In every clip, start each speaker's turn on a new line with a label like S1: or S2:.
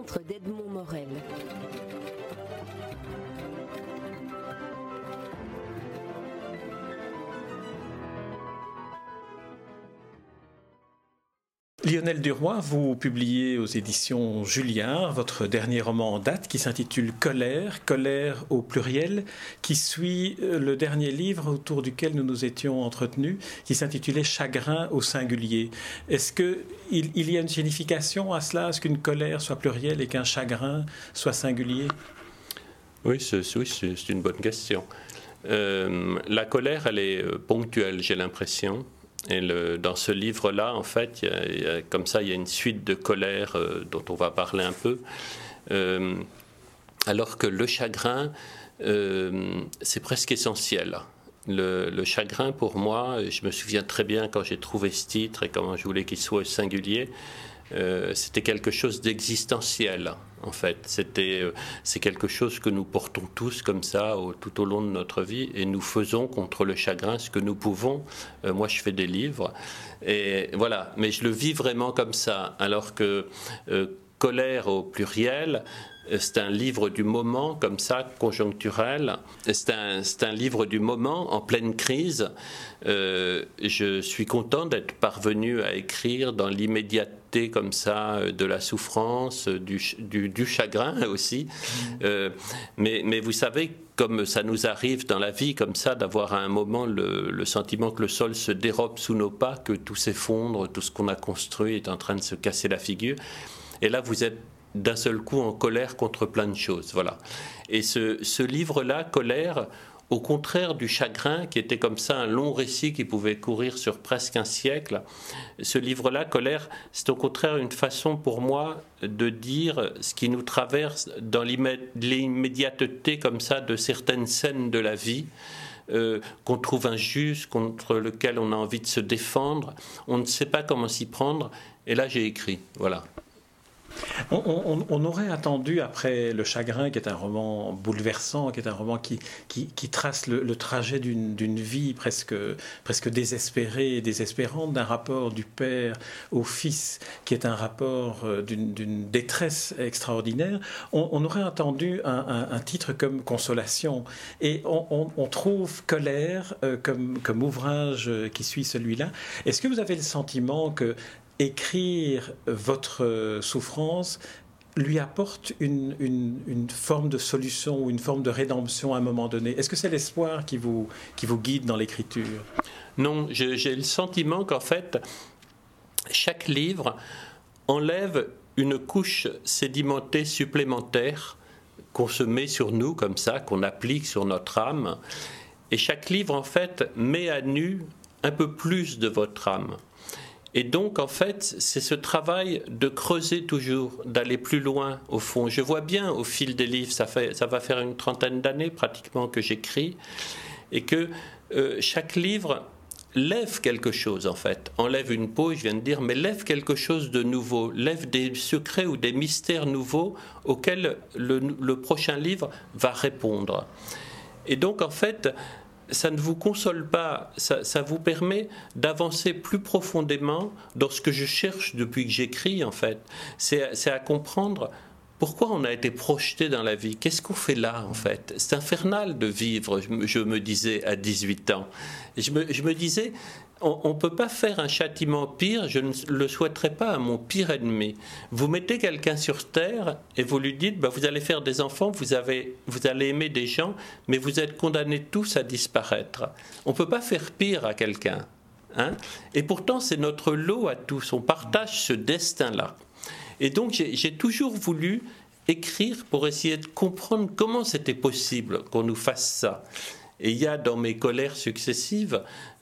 S1: lettres d'Edmond Morel.
S2: Lionel Duroy, vous publiez aux éditions Julliard votre dernier roman en date qui s'intitule Colère, colère au pluriel, qui suit le dernier livre autour duquel nous nous étions entretenus, qui s'intitulait Chagrin au singulier. Est-ce qu'il y a une signification à cela, à ce qu'une colère soit plurielle et qu'un chagrin soit singulier ?
S3: Oui, c'est une bonne question. La colère, elle est ponctuelle, j'ai l'impression. Et dans ce livre-là, en fait, il y a une suite de colères dont on va parler un peu. Alors que le chagrin, c'est presque essentiel. Le chagrin, pour moi, je me souviens très bien quand j'ai trouvé ce titre et comment je voulais qu'il soit singulier, c'était quelque chose d'existentiel, en fait. C'est quelque chose que nous portons tous comme ça tout au long de notre vie et nous faisons contre le chagrin ce que nous pouvons. Moi, je fais des livres et voilà, mais je le vis vraiment comme ça, alors que colère au pluriel, c'est un livre du moment, comme ça, conjoncturel. C'est un livre du moment, en pleine crise. Je suis content d'être parvenu à écrire dans l'immédiateté, comme ça, de la souffrance, du chagrin aussi. Mais vous savez, comme ça nous arrive dans la vie, comme ça, d'avoir à un moment le sentiment que le sol se dérobe sous nos pas, que tout s'effondre, tout ce qu'on a construit est en train de se casser la figure. Et là, vous êtes d'un seul coup en colère contre plein de choses, voilà. Et ce livre-là, Colère, au contraire du chagrin, qui était comme ça un long récit qui pouvait courir sur presque un siècle, ce livre-là, Colère, c'est au contraire une façon pour moi de dire ce qui nous traverse dans l'immédiateté comme ça de certaines scènes de la vie, qu'on trouve injuste, contre lequel on a envie de se défendre, on ne sait pas comment s'y prendre, et là j'ai écrit, voilà.
S2: On aurait attendu, après Le Chagrin, qui est un roman bouleversant, qui est un roman qui trace le trajet d'une vie presque désespérée et désespérante, d'un rapport du père au fils, qui est un rapport d'une détresse extraordinaire. On aurait attendu un titre comme Consolation. Et on trouve Colère comme ouvrage qui suit celui-là. Est-ce que vous avez le sentiment que écrire votre souffrance lui apporte une forme de solution ou une forme de rédemption à un moment donné? Est-ce que c'est l'espoir qui vous guide dans l'écriture?
S3: Non, j'ai le sentiment qu'en fait, chaque livre enlève une couche sédimentée supplémentaire qu'on se met sur nous comme ça, qu'on applique sur notre âme. Et chaque livre, en fait, met à nu un peu plus de votre âme. Et donc, en fait, c'est ce travail de creuser toujours, d'aller plus loin, au fond. Je vois bien, au fil des livres, ça va faire une trentaine d'années pratiquement que j'écris, et que chaque livre lève quelque chose, en fait. Enlève une peau, je viens de dire, mais lève quelque chose de nouveau, lève des secrets ou des mystères nouveaux auxquels le prochain livre va répondre. Et donc, en fait, ça ne vous console pas, ça vous permet d'avancer plus profondément dans ce que je cherche depuis que j'écris, en fait. C'est à comprendre pourquoi on a été projeté dans la vie. Qu'est-ce qu'on fait là, en fait? C'est infernal de vivre, je me disais à 18 ans. Et je me disais, on ne peut pas faire un châtiment pire, je ne le souhaiterais pas à mon pire ennemi. Vous mettez quelqu'un sur terre et vous lui dites, vous allez faire des enfants, vous allez aimer des gens, mais vous êtes condamnés tous à disparaître. On ne peut pas faire pire à quelqu'un. Hein? Et pourtant, c'est notre lot à tous, on partage ce destin-là. Et donc, j'ai toujours voulu écrire pour essayer de comprendre comment c'était possible qu'on nous fasse ça. Et il y a dans mes colères successives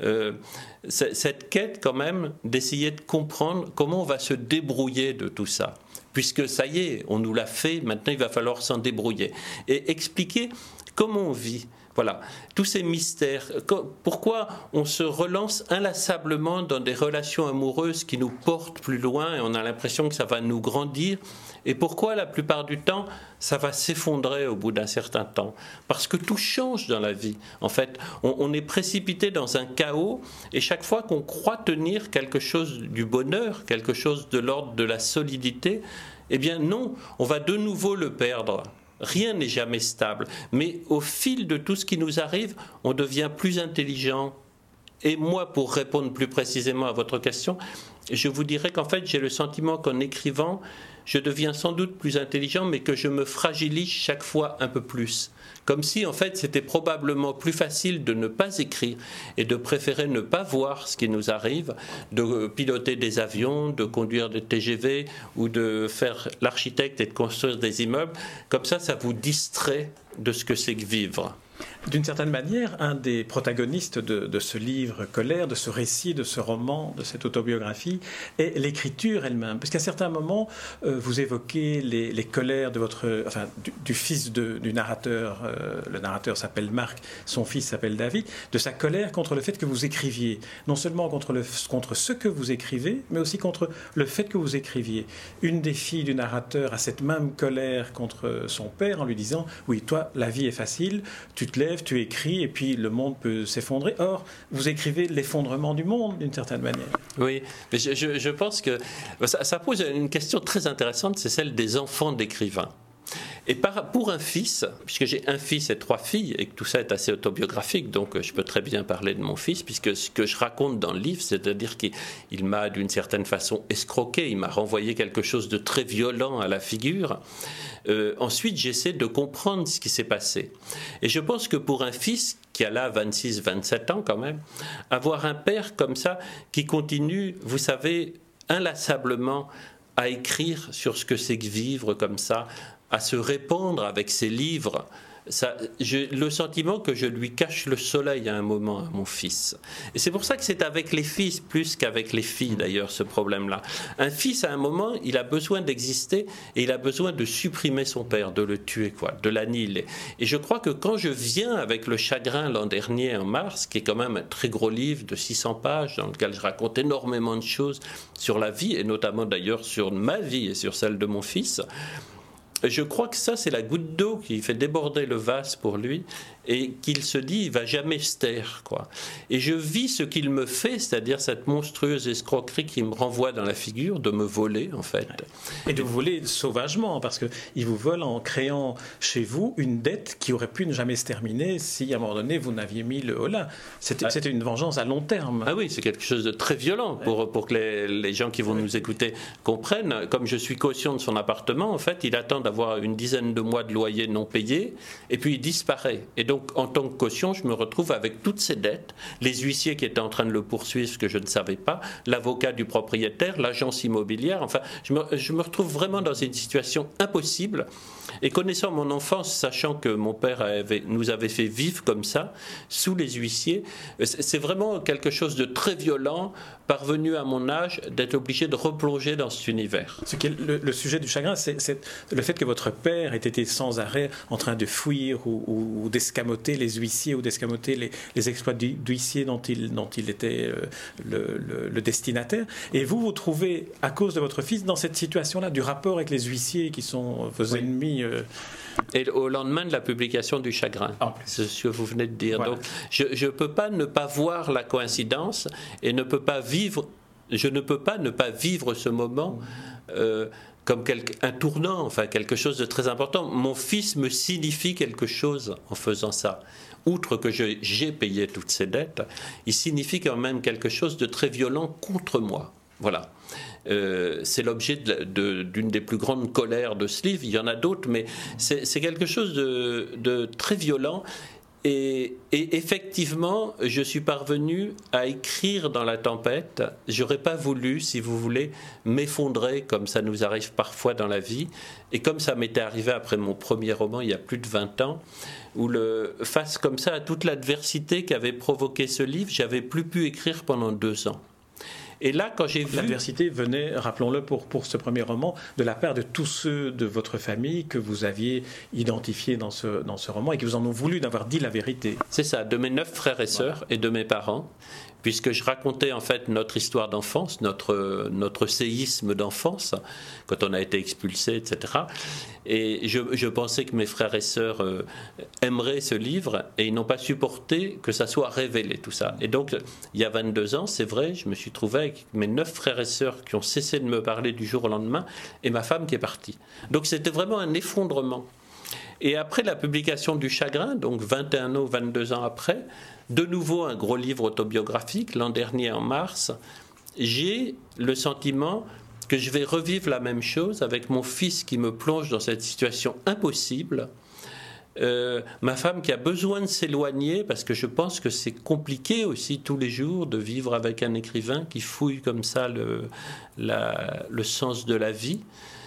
S3: cette quête quand même d'essayer de comprendre comment on va se débrouiller de tout ça. Puisque ça y est, on nous l'a fait, maintenant il va falloir s'en débrouiller. Et expliquer comment on vit. Voilà, tous ces mystères. Pourquoi on se relance inlassablement dans des relations amoureuses qui nous portent plus loin et on a l'impression que ça va nous grandir. Et pourquoi la plupart du temps, ça va s'effondrer au bout d'un certain temps? Parce que tout change dans la vie. En fait, on est précipité dans un chaos et chaque fois qu'on croit tenir quelque chose du bonheur, quelque chose de l'ordre de la solidité, Eh bien non, on va de nouveau le perdre. Rien n'est jamais stable. Mais au fil de tout ce qui nous arrive, on devient plus intelligent. Et moi, pour répondre plus précisément à votre question, je vous dirais qu'en fait, j'ai le sentiment qu'en écrivant, je deviens sans doute plus intelligent, mais que je me fragilise chaque fois un peu plus. Comme si, en fait, c'était probablement plus facile de ne pas écrire et de préférer ne pas voir ce qui nous arrive, de piloter des avions, de conduire des TGV ou de faire l'architecte et de construire des immeubles. Comme ça vous distrait de ce que c'est que vivre.
S2: D'une certaine manière, un des protagonistes de ce livre Colère, de ce récit, de ce roman, de cette autobiographie, est l'écriture elle-même. Parce qu'à certains moments, vous évoquez les colères de du fils du narrateur. Le narrateur s'appelle Marc, son fils s'appelle David, de sa colère contre le fait que vous écriviez. Non seulement contre ce que vous écrivez, mais aussi contre le fait que vous écriviez. Une des filles du narrateur a cette même colère contre son père en lui disant « Oui, toi, la vie est facile, tu te lèves, tu écris et puis le monde peut s'effondrer. » Or, vous écrivez l'effondrement du monde d'une certaine manière.
S3: Oui, mais je pense que ça pose une question très intéressante, c'est celle des enfants d'écrivains. Et pour un fils, puisque j'ai un fils et 3 filles, et que tout ça est assez autobiographique, donc je peux très bien parler de mon fils, puisque ce que je raconte dans le livre, c'est-à-dire qu'il m'a d'une certaine façon escroqué, il m'a renvoyé quelque chose de très violent à la figure. Ensuite, j'essaie de comprendre ce qui s'est passé. Et je pense que pour un fils qui a là 26-27 ans quand même, avoir un père comme ça qui continue, vous savez, inlassablement à écrire sur ce que c'est que vivre comme ça, à se répandre avec ses livres, j'ai le sentiment que je lui cache le soleil à un moment à mon fils. Et c'est pour ça que c'est avec les fils plus qu'avec les filles d'ailleurs ce problème-là. Un fils à un moment, il a besoin d'exister et il a besoin de supprimer son père, de le tuer, de l'annihiler. Et je crois que quand je viens avec Le Chagrin l'an dernier en mars, qui est quand même un très gros livre de 600 pages dans lequel je raconte énormément de choses sur la vie et notamment d'ailleurs sur ma vie et sur celle de mon fils, je crois que ça, c'est la goutte d'eau qui fait déborder le vase pour lui et qu'il se dit, il ne va jamais se taire, Et je vis ce qu'il me fait, c'est-à-dire cette monstrueuse escroquerie qui me renvoie dans la figure, de me voler, en fait.
S2: Et de vous voler sauvagement, parce qu'il vous vole en créant chez vous une dette qui aurait pu ne jamais se terminer si, à un moment donné, vous n'aviez mis le holà. C'était une vengeance à long terme.
S3: Ah oui, c'est quelque chose de très violent pour que les gens qui vont nous écouter comprennent. Comme je suis caution de son appartement, en fait, il attend d'avoir une dizaine de mois de loyer non payé, et puis il disparaît. Et donc, en tant que caution, je me retrouve avec toutes ces dettes, les huissiers qui étaient en train de le poursuivre, ce que je ne savais pas, l'avocat du propriétaire, l'agence immobilière, enfin, je me retrouve vraiment dans une situation impossible. Et connaissant mon enfance, sachant que mon père nous avait fait vivre comme ça, sous les huissiers, c'est vraiment quelque chose de très violent, parvenu à mon âge, d'être obligé de replonger dans cet univers.
S2: Ce qui est le sujet du chagrin, c'est le fait que votre père ait été sans arrêt en train de fuir ou d'escamoter les huissiers ou d'escamoter les exploits d'huissiers dont il était le destinataire. Et vous trouvez, à cause de votre fils, dans cette situation-là, du rapport avec les huissiers qui sont vos ennemis.
S3: Et au lendemain de la publication du Chagrin, c'est ce que vous venez de dire. Voilà. Donc, je ne peux pas ne pas voir la coïncidence et je ne peux pas ne pas vivre ce moment comme un tournant, enfin quelque chose de très important. Mon fils me signifie quelque chose en faisant ça. Outre que j'ai payé toutes ces dettes, il signifie quand même quelque chose de très violent contre moi. Voilà. C'est l'objet d'une des plus grandes colères de ce livre. Il y en a d'autres, mais c'est quelque chose de très violent. Et effectivement, je suis parvenu à écrire dans la tempête. J'aurais pas voulu, si vous voulez, m'effondrer comme ça nous arrive parfois dans la vie. Et comme ça m'était arrivé après mon premier roman, il y a plus de 20 ans, où face comme ça à toute l'adversité qu'avait provoqué ce livre, j'avais plus pu écrire pendant 2 ans. Et là, quand j'ai vu...
S2: L'adversité venait, rappelons-le pour ce premier roman, de la part de tous ceux de votre famille que vous aviez identifiés dans ce roman et qui vous en ont voulu d'avoir dit la vérité.
S3: C'est ça, de mes 9 frères et sœurs et de mes parents, puisque je racontais en fait notre histoire d'enfance, notre séisme d'enfance, quand on a été expulsé, etc. Et je pensais que mes frères et sœurs aimeraient ce livre, et ils n'ont pas supporté que ça soit révélé, tout ça. Et donc, il y a 22 ans, c'est vrai, je me suis trouvé avec mes 9 frères et sœurs qui ont cessé de me parler du jour au lendemain, et ma femme qui est partie. Donc c'était vraiment un effondrement. Et après la publication du Chagrin, donc 21 ans, 22 ans après, de nouveau un gros livre autobiographique, l'an dernier en mars, j'ai le sentiment que je vais revivre la même chose avec mon fils qui me plonge dans cette situation impossible, ma femme qui a besoin de s'éloigner parce que je pense que c'est compliqué aussi tous les jours de vivre avec un écrivain qui fouille comme ça le sens de la vie.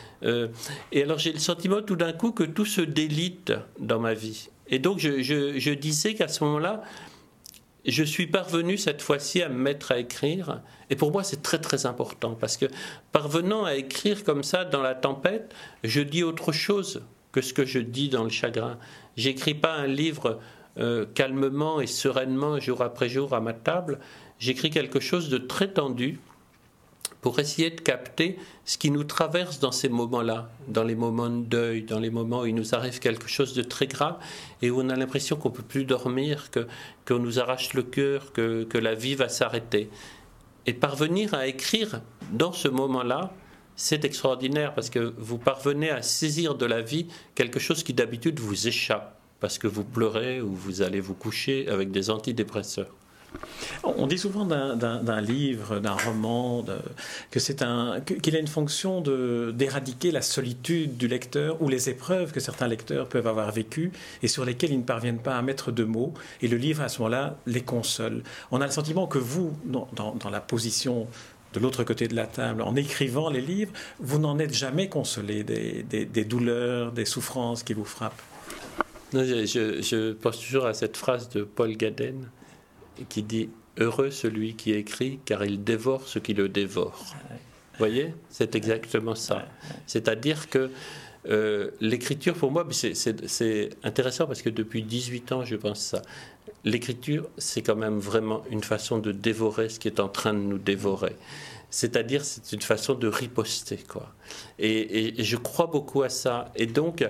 S3: Et alors j'ai le sentiment tout d'un coup que tout se délite dans ma vie. Et donc je disais qu'à ce moment-là, je suis parvenu cette fois-ci à me mettre à écrire. Et pour moi, c'est très très important parce que parvenant à écrire comme ça dans la tempête, je dis autre chose que ce que je dis dans le chagrin. J'écris pas un livre calmement et sereinement jour après jour à ma table. J'écris quelque chose de très tendu pour essayer de capter ce qui nous traverse dans ces moments-là, dans les moments de deuil, dans les moments où il nous arrive quelque chose de très grave et où on a l'impression qu'on ne peut plus dormir, qu'on nous arrache le cœur, que la vie va s'arrêter. Et parvenir à écrire dans ce moment-là, c'est extraordinaire parce que vous parvenez à saisir de la vie quelque chose qui d'habitude vous échappe parce que vous pleurez ou vous allez vous coucher avec des antidépresseurs.
S2: On dit souvent d'un livre, d'un roman, qu'il a une fonction d'éradiquer la solitude du lecteur ou les épreuves que certains lecteurs peuvent avoir vécues et sur lesquelles ils ne parviennent pas à mettre de mots. Et le livre, à ce moment-là, les console. On a le sentiment que vous, dans la position de l'autre côté de la table, en écrivant les livres, vous n'en êtes jamais consolé des douleurs, des souffrances qui vous frappent.
S3: Non, je pense toujours à cette phrase de Paul Gaden qui dit « Heureux celui qui écrit, car il dévore ce qui le dévore. » Vous voyez, c'est exactement ça. C'est-à-dire que l'écriture, pour moi, c'est intéressant parce que depuis 18 ans, je pense ça. L'écriture, c'est quand même vraiment une façon de dévorer ce qui est en train de nous dévorer. C'est-à-dire, c'est une façon de riposter, quoi. Et je crois beaucoup à ça. Et donc,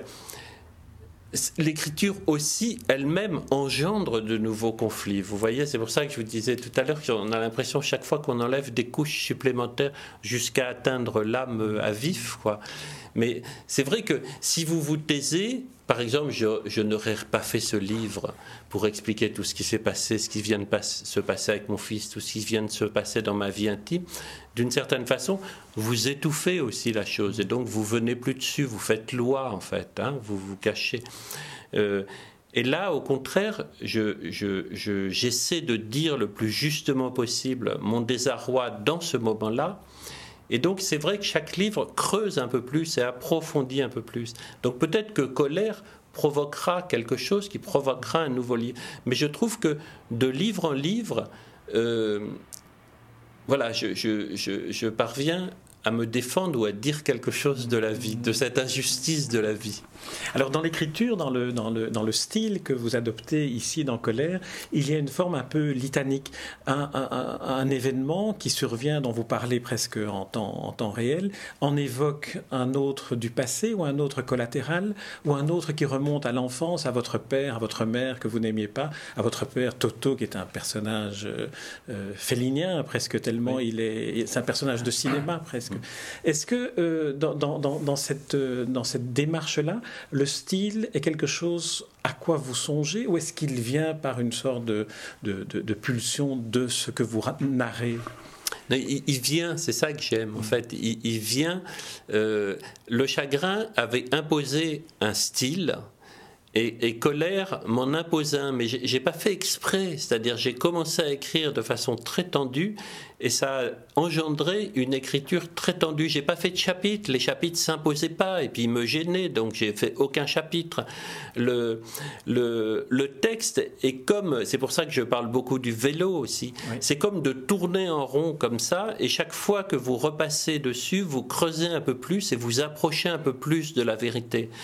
S3: l'écriture aussi, elle-même, engendre de nouveaux conflits. Vous voyez, c'est pour ça que je vous disais tout à l'heure qu'on a l'impression chaque fois qu'on enlève des couches supplémentaires jusqu'à atteindre l'âme à vif, quoi. Mais c'est vrai que si vous vous taisez, par exemple, je n'aurais pas fait ce livre pour expliquer tout ce qui s'est passé, ce qui vient de se passer avec mon fils, tout ce qui vient de se passer dans ma vie intime. D'une certaine façon, vous étouffez aussi la chose et donc vous venez plus dessus, vous faites loi en fait, hein, vous vous cachez. Et là, au contraire, j'essaie de dire le plus justement possible mon désarroi dans ce moment-là. Et donc, c'est vrai que chaque livre creuse un peu plus et approfondit un peu plus. Donc, peut-être que Colère provoquera quelque chose qui provoquera un nouveau livre. Mais je trouve que de livre en livre, voilà, je parviens à me défendre ou à dire quelque chose de la vie, de cette injustice de la vie.
S2: Alors dans l'écriture, dans le style que vous adoptez ici dans Colère, il y a une forme un peu litanique, un événement qui survient, dont vous parlez presque en temps réel, en évoque un autre du passé ou un autre collatéral ou un autre qui remonte à l'enfance, à votre père, à votre mère que vous n'aimiez pas, à votre père Toto qui est un personnage félinien presque tellement oui. C'est un personnage de cinéma presque. Est-ce que dans cette démarche-là, le style est quelque chose à quoi vous songez ou est-ce qu'il vient par une sorte de pulsion de ce que vous narrez ?
S3: Il vient, c'est ça que j'aime en fait, il vient, le chagrin avait imposé un style et Colère m'en impose un, mais j'ai pas fait exprès, c'est-à-dire j'ai commencé à écrire de façon très tendue et ça a engendré une écriture très tendue. J'ai pas fait de chapitres, les chapitres s'imposaient pas et puis ils me gênaient, donc j'ai fait aucun chapitre. Le texte est comme, c'est pour ça que je parle beaucoup du vélo aussi, oui. C'est comme de tourner en rond comme ça et chaque fois que vous repassez dessus, vous creusez un peu plus et vous approchez un peu plus de la vérité.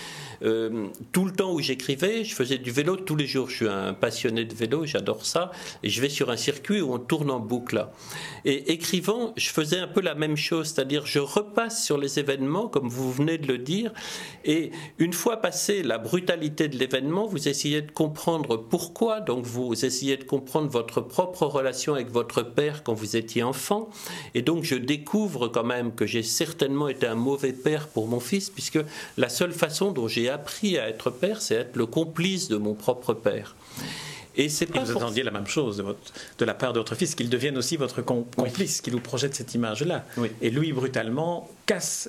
S3: tout le temps où j'écrivais, je faisais du vélo tous les jours. Je suis un passionné de vélo, j'adore ça. Et je vais sur un circuit où on tourne en boucle. Là. Et écrivant, je faisais un peu la même chose, c'est-à-dire je repasse sur les événements, comme vous venez de le dire, et une fois passé la brutalité de l'événement, vous essayez de comprendre pourquoi, donc vous essayez de comprendre votre propre relation avec votre père quand vous étiez enfant, et donc je découvre quand même que j'ai certainement été un mauvais père pour mon fils, puisque la seule façon dont j'ai appris à être père, c'est être le complice de mon propre père.
S2: Et vous attendiez la même chose de la part de votre fils, qu'il devienne aussi votre complice, qu'il vous projette cette image-là. Oui. Et lui, brutalement, casse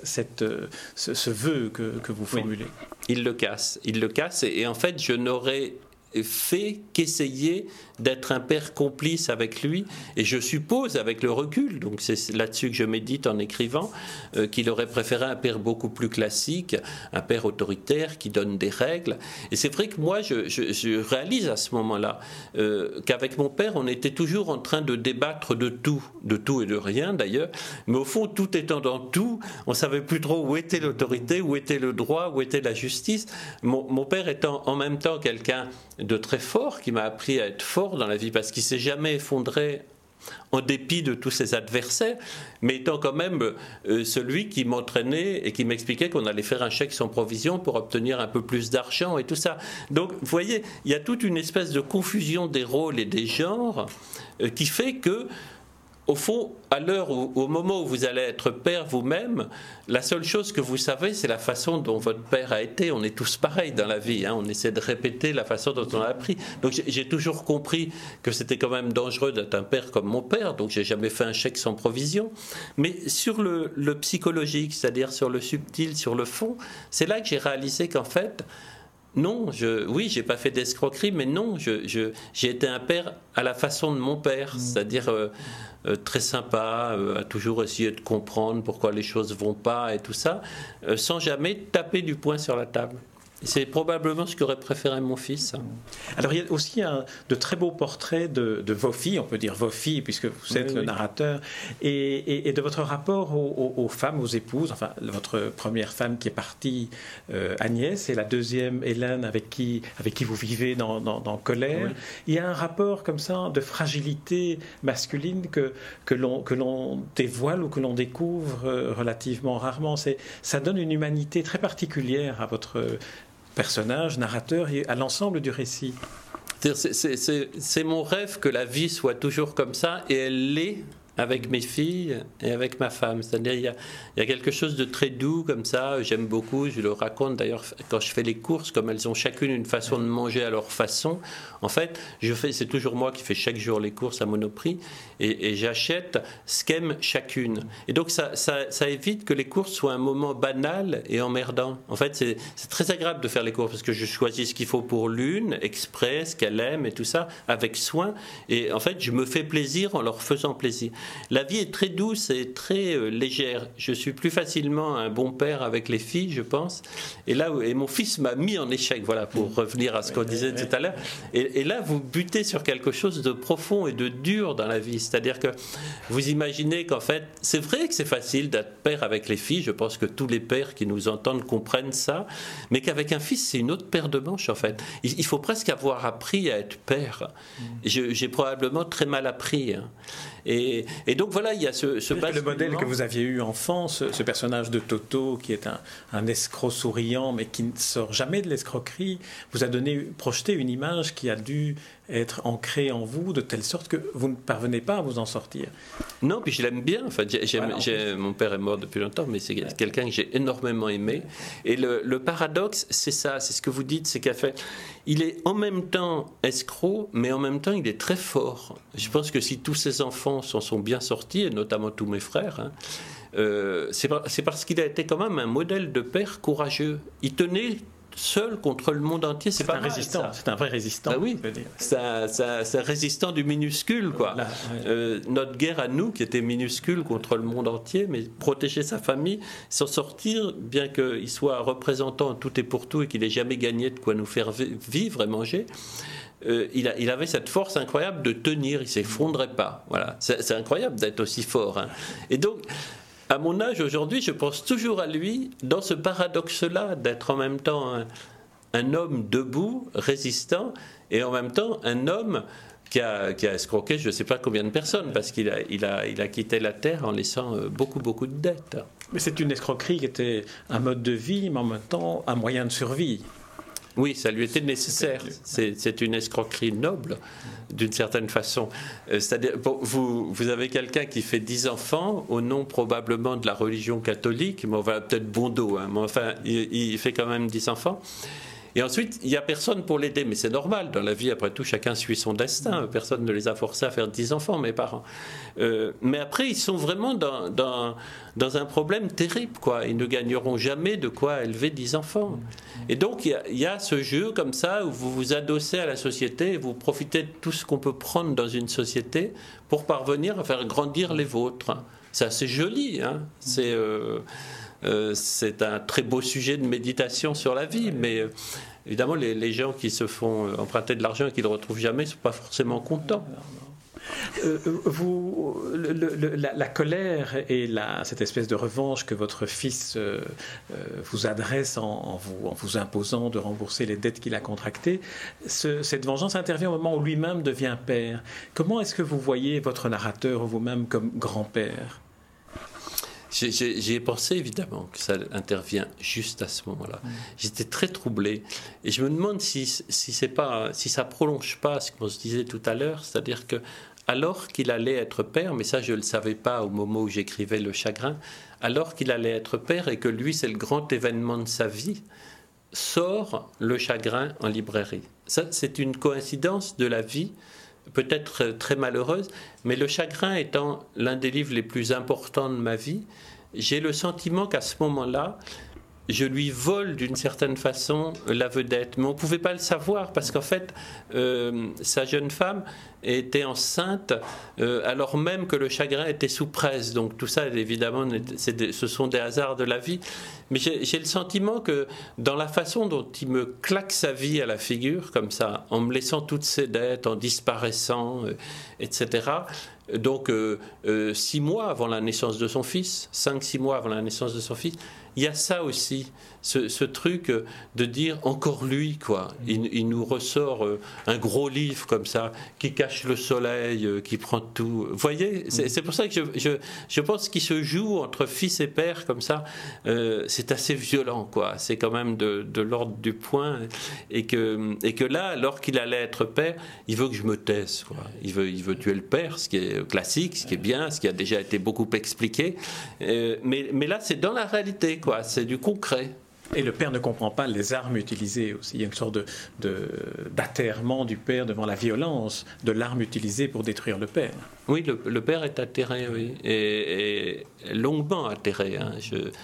S2: ce vœu que vous formulez.
S3: Oui. Il le casse, et en fait, je n'aurais fait qu'essayer d'être un père complice avec lui, et je suppose avec le recul, donc c'est là-dessus que je médite en écrivant, qu'il aurait préféré un père beaucoup plus classique, un père autoritaire qui donne des règles. Et c'est vrai que moi je réalise à ce moment-là qu'avec mon père on était toujours en train de débattre de tout et de rien d'ailleurs, mais au fond tout étant dans tout, on savait plus trop où était l'autorité, où était le droit, où était la justice. Mon père étant en même temps quelqu'un de très fort, qui m'a appris à être fort dans la vie, parce qu'il ne s'est jamais effondré en dépit de tous ses adversaires, mais étant quand même celui qui m'entraînait et qui m'expliquait qu'on allait faire un chèque sans provision pour obtenir un peu plus d'argent et tout ça. Donc, vous voyez, il y a toute une espèce de confusion des rôles et des genres qui fait que, au fond, à l'heure au moment où vous allez être père vous-même, la seule chose que vous savez, c'est la façon dont votre père a été. On est tous pareils dans la vie, hein. On essaie de répéter la façon dont on a appris. Donc j'ai toujours compris que c'était quand même dangereux d'être un père comme mon père, donc j'ai jamais fait un chèque sans provision. Mais sur le psychologique, c'est-à-dire sur le subtil, sur le fond, c'est là que j'ai réalisé qu'en fait, non, oui, j'ai pas fait d'escroquerie, mais non, j'ai été un père à la façon de mon père, c'est-à-dire très sympa, à toujours essayer de comprendre pourquoi les choses vont pas et tout ça, sans jamais taper du poing sur la table. C'est probablement ce qu'aurait préféré mon fils.
S2: Alors il y a aussi de très beaux portraits de vos filles, on peut dire vos filles puisque vous êtes le narrateur, et de votre rapport aux femmes, aux épouses, enfin votre première femme qui est partie, Agnès, et la deuxième, Hélène, avec qui vous vivez dans Colère. Oui. Il y a un rapport comme ça de fragilité masculine que l'on dévoile ou que l'on découvre relativement rarement. Ça donne une humanité très particulière à votre personnage, narrateur et à l'ensemble du récit.
S3: C'est mon rêve que la vie soit toujours comme ça, et elle l'est avec mes filles et avec ma femme. C'est-à-dire il y a quelque chose de très doux comme ça, j'aime beaucoup, je le raconte d'ailleurs quand je fais les courses, comme elles ont chacune une façon de manger à leur façon. En fait, c'est toujours moi qui fais chaque jour les courses à Monoprix, et j'achète ce qu'aiment chacune. Et donc ça évite que les courses soient un moment banal et emmerdant. En fait, c'est très agréable de faire les courses parce que je choisis ce qu'il faut pour l'une, exprès, ce qu'elle aime et tout ça, avec soin. Et en fait, je me fais plaisir en leur faisant plaisir. La vie est très douce et très légère. Je suis plus facilement un bon père avec les filles, je pense. Et mon fils m'a mis en échec, voilà, pour revenir à ce qu'on disait tout à l'heure. Et là, vous butez sur quelque chose de profond et de dur dans la vie. C'est-à-dire que vous imaginez qu'en fait, c'est vrai que c'est facile d'être père avec les filles. Je pense que tous les pères qui nous entendent comprennent ça. Mais qu'avec un fils, c'est une autre paire de manches, en fait. Il faut presque avoir appris à être père. J'ai probablement très mal appris. Hein. Et donc voilà, il y a ce
S2: le modèle que vous aviez eu enfant, ce personnage de Toto qui est un escroc souriant mais qui ne sort jamais de l'escroquerie, vous a projeté une image qui a dû être ancrée en vous de telle sorte que vous ne parvenez pas à vous en sortir.
S3: Non, puis je l'aime bien. Enfin, mon père est mort depuis longtemps, mais c'est quelqu'un que j'ai énormément aimé. Et le paradoxe, c'est ça, c'est ce que vous dites, c'est qu'en fait, il est en même temps escroc, mais en même temps, il est très fort. Je pense que si tous ses enfants s'en sont bien sortis, et notamment tous mes frères, hein, c'est parce qu'il a été quand même un modèle de père courageux. Il tenait seul contre le monde entier, c'est pas
S2: un résistant, ça. C'est un vrai résistant.
S3: Ah oui, c'est un résistant du minuscule, quoi. Là, ouais. Notre guerre à nous, qui était minuscule contre le monde entier, mais protéger sa famille, s'en sortir, bien qu'il soit représentant en tout et pour tout et qu'il n'ait jamais gagné de quoi nous faire vivre et manger. Il avait cette force incroyable de tenir, il ne s'effondrait pas. Voilà. C'est incroyable d'être aussi fort. Hein. Et donc, À mon âge aujourd'hui, je pense toujours à lui dans ce paradoxe-là, d'être en même temps un homme debout, résistant, et en même temps un homme qui a escroqué je ne sais pas combien de personnes, parce qu'il a quitté la terre en laissant beaucoup de dettes.
S2: Mais c'est une escroquerie qui était un mode de vie, mais en même temps un moyen de survie.
S3: Oui, ça lui était nécessaire. C'est une escroquerie noble, d'une certaine façon. C'est-à-dire, vous avez quelqu'un qui fait 10 enfants, au nom probablement de la religion catholique, mais on va peut-être bon dos, hein, mais enfin, il fait quand même 10 enfants. Et ensuite, il n'y a personne pour l'aider, mais c'est normal. Dans la vie, après tout, chacun suit son destin. Personne ne les a forcés à faire 10 enfants, mes parents. Mais après, ils sont vraiment dans un problème terrible, quoi. Ils ne gagneront jamais de quoi élever 10 enfants. Et donc, il y a ce jeu comme ça, où vous vous adossez à la société et vous profitez de tout ce qu'on peut prendre dans une société pour parvenir à faire grandir les vôtres. C'est assez joli, hein. C'est un très beau sujet de méditation sur la vie, mais évidemment, les gens qui se font emprunter de l'argent et qui ne le retrouvent jamais ne sont pas forcément contents.
S2: La colère et cette espèce de revanche que votre fils vous adresse en vous imposant de rembourser les dettes qu'il a contractées, cette vengeance intervient au moment où lui-même devient père. Comment est-ce que vous voyez votre narrateur ou vous-même comme grand-père ?
S3: J'y ai pensé évidemment que ça intervient juste à ce moment-là. J'étais très troublé et je me demande si ça prolonge pas ce qu'on se disait tout à l'heure, c'est-à-dire que alors qu'il allait être père, mais ça je ne le savais pas au moment où j'écrivais Le Chagrin, alors qu'il allait être père et que lui c'est le grand événement de sa vie, sort Le Chagrin en librairie. Ça c'est une coïncidence de la vie, peut-être très malheureuse, mais Le Chagrin étant l'un des livres les plus importants de ma vie, j'ai le sentiment qu'à ce moment-là, je lui vole d'une certaine façon la vedette. Mais on ne pouvait pas le savoir parce qu'en fait, sa jeune femme était enceinte alors même que Le Chagrin était sous presse. Donc tout ça, évidemment, ce sont des hasards de la vie. Mais j'ai le sentiment que dans la façon dont il me claque sa vie à la figure, comme ça, en me laissant toutes ses dettes, en disparaissant, etc., donc 6 mois avant la naissance de son fils, 5-6 mois avant la naissance de son fils, il y a ça aussi, ce truc de dire encore lui, quoi. Il nous ressort un gros livre comme ça, qui cache le soleil, qui prend tout. Vous voyez, c'est pour ça que je pense qu'il se joue entre fils et père comme ça. C'est assez violent, quoi. C'est quand même de l'ordre du poing. Et que là, alors qu'il allait être père, il veut que je me taise, quoi. Il veut tuer le père, ce qui est classique, ce qui est bien, ce qui a déjà été beaucoup expliqué. Mais là, c'est dans la réalité, quoi. C'est du concret.
S2: Et le père ne comprend pas les armes utilisées aussi. Il y a une sorte d'atterrement du père devant la violence de l'arme utilisée pour détruire le père.
S3: Oui, le père est atterré, oui. Et longuement atterré. Hein.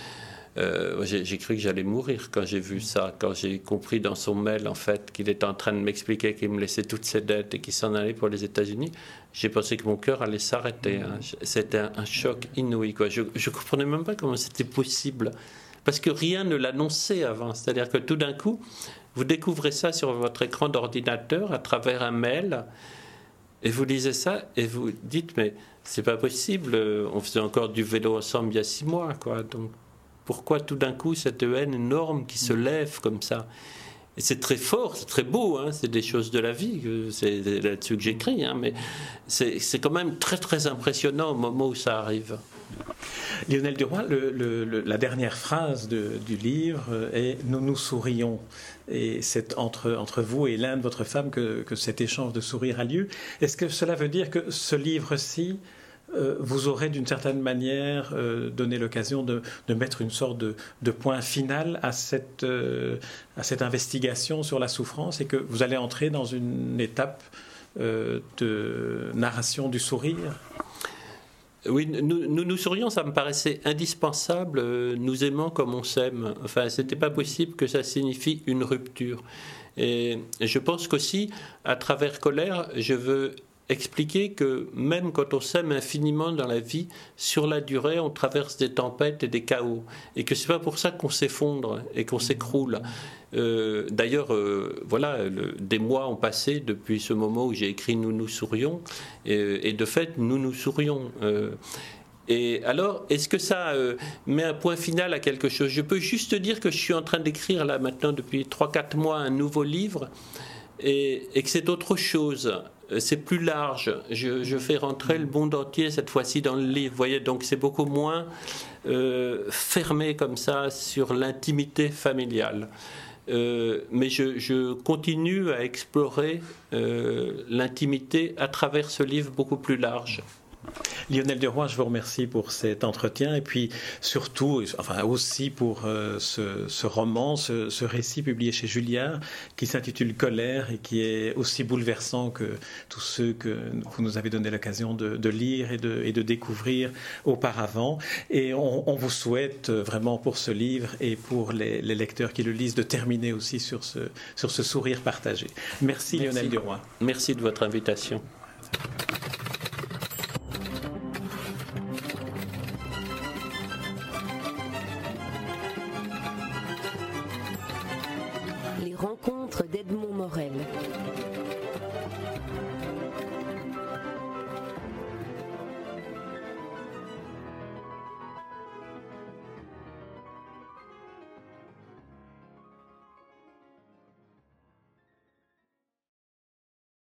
S3: J'ai cru que j'allais mourir quand j'ai vu ça, quand j'ai compris dans son mail en fait qu'il était en train de m'expliquer qu'il me laissait toutes ses dettes et qu'il s'en allait pour les États-Unis. J'ai pensé que mon cœur allait s'arrêter. Hein. C'était un choc inouï, quoi. Je ne comprenais même pas comment c'était possible. Parce que rien ne l'annonçait avant. C'est-à-dire que tout d'un coup, vous découvrez ça sur votre écran d'ordinateur à travers un mail et vous lisez ça et vous dites mais c'est pas possible, on faisait encore du vélo ensemble il y a 6 mois, quoi. Donc pourquoi tout d'un coup cette haine énorme qui se lève comme ça? Et c'est très fort, c'est très beau, hein, c'est des choses de la vie, c'est là-dessus que j'écris, hein, mais c'est quand même très très impressionnant au moment où ça arrive.
S2: Lionel Duroy, la dernière phrase du livre est « Nous nous sourions ». Et c'est entre vous et l'un de votre femme que cet échange de sourires a lieu. Est-ce que cela veut dire que ce livre-ci vous aurez d'une certaine manière donné l'occasion de mettre une sorte de point final à cette investigation sur la souffrance et que vous allez entrer dans une étape de narration du sourire?
S3: Oui, nous sourions, ça me paraissait indispensable, nous aimons comme on s'aime. Enfin, c'était pas possible que ça signifie une rupture. Et je pense qu'aussi, à travers Colère, je veux expliquer que même quand on s'aime infiniment dans la vie, sur la durée, on traverse des tempêtes et des chaos. Et que c'est pas pour ça qu'on s'effondre et qu'on s'écroule. D'ailleurs, voilà, des mois ont passé depuis ce moment où j'ai écrit « Nous nous sourions », et de fait, nous nous sourions. Et alors, est-ce que ça met un point final à quelque chose? Je peux juste dire que je suis en train d'écrire là maintenant depuis 3-4 mois un nouveau livre et que c'est autre chose. C'est plus large. Je fais rentrer le monde entier cette fois-ci dans le livre. Vous voyez, donc c'est beaucoup moins fermé comme ça sur l'intimité familiale. Mais je continue à explorer l'intimité à travers ce livre beaucoup plus large.
S2: Lionel Duroy, je vous remercie pour cet entretien et puis surtout, enfin aussi pour ce roman, ce récit publié chez Julliard qui s'intitule Colère et qui est aussi bouleversant que tous ceux que vous nous avez donné l'occasion de lire et de découvrir auparavant. Et on vous souhaite vraiment pour ce livre et pour les lecteurs qui le lisent de terminer aussi sur ce sourire partagé. Merci Lionel Duroy.
S3: Merci de votre invitation.